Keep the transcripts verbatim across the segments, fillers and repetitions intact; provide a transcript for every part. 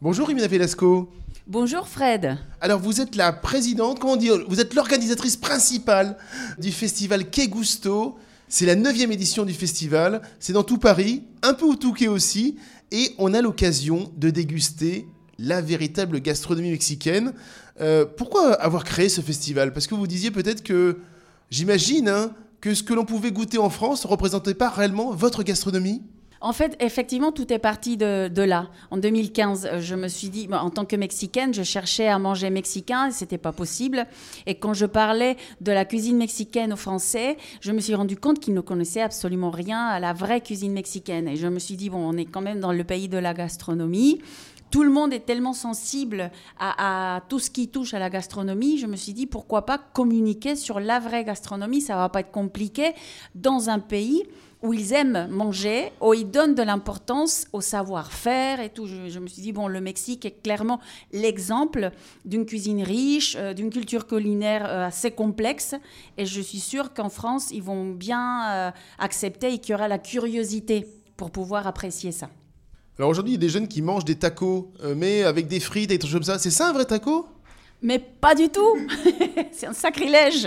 Bonjour Rimina Velasco. Bonjour Fred. Alors vous êtes la présidente, comment on dit, vous êtes l'organisatrice principale du festival Que Gusto. C'est la neuvième édition du festival, c'est dans tout Paris, un peu au Touquet aussi, et on a l'occasion de déguster la véritable gastronomie mexicaine. Euh, pourquoi avoir créé ce festival ? Parce que vous disiez peut-être que, j'imagine, hein, que ce que l'on pouvait goûter en France ne représentait pas réellement votre gastronomie ? En fait, effectivement, tout est parti de, de là. En deux mille quinze, je me suis dit, en tant que Mexicaine, je cherchais à manger mexicain et c'était pas possible. Et quand je parlais de la cuisine mexicaine aux Français, je me suis rendu compte qu'ils ne connaissaient absolument rien à la vraie cuisine mexicaine. Et je me suis dit, bon, on est quand même dans le pays de la gastronomie. Tout le monde est tellement sensible à, à tout ce qui touche à la gastronomie. Je me suis dit, pourquoi pas communiquer sur la vraie gastronomie ? Ça va pas être compliqué dans un pays où ils aiment manger, où ils donnent de l'importance au savoir-faire et tout. Je, je me suis dit, bon, le Mexique est clairement l'exemple d'une cuisine riche, euh, d'une culture culinaire euh, assez complexe. Et je suis sûre qu'en France, ils vont bien euh, accepter et qu'il y aura la curiosité pour pouvoir apprécier ça. Alors aujourd'hui, il y a des jeunes qui mangent des tacos, euh, mais avec des frites et des trucs comme ça. C'est ça un vrai taco ? Mais pas du tout. C'est un sacrilège.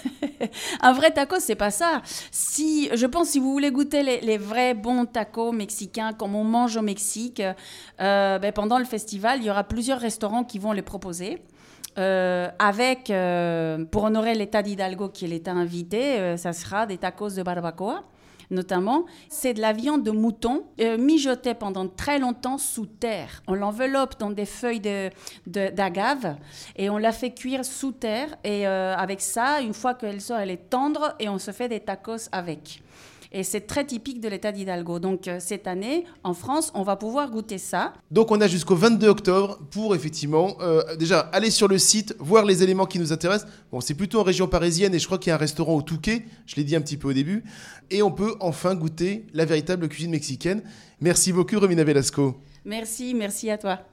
Un vrai taco, c'est pas ça. Si, je pense si vous voulez goûter les, les vrais bons tacos mexicains comme on mange au Mexique, euh, ben pendant le festival, il y aura plusieurs restaurants qui vont les proposer. Euh, avec, euh, pour honorer l'État d'Hidalgo qui est l'État invité, euh, ça sera des tacos de barbacoa. Notamment, c'est de la viande de mouton euh, mijotée pendant très longtemps sous terre. On l'enveloppe dans des feuilles de, de, d'agave et on la fait cuire sous terre. Et euh, avec ça, une fois qu'elle sort, elle est tendre et on se fait des tacos avec. Et c'est très typique de l'État d'Hidalgo. Donc, euh, cette année, en France, on va pouvoir goûter ça. Donc, on a jusqu'au vingt-deux octobre pour, effectivement, euh, déjà, aller sur le site, voir les éléments qui nous intéressent. Bon, c'est plutôt en région parisienne et je crois qu'il y a un restaurant au Touquet. Je l'ai dit un petit peu au début. Et on peut enfin goûter la véritable cuisine mexicaine. Merci beaucoup, Rimina Velasco. Merci, merci à toi.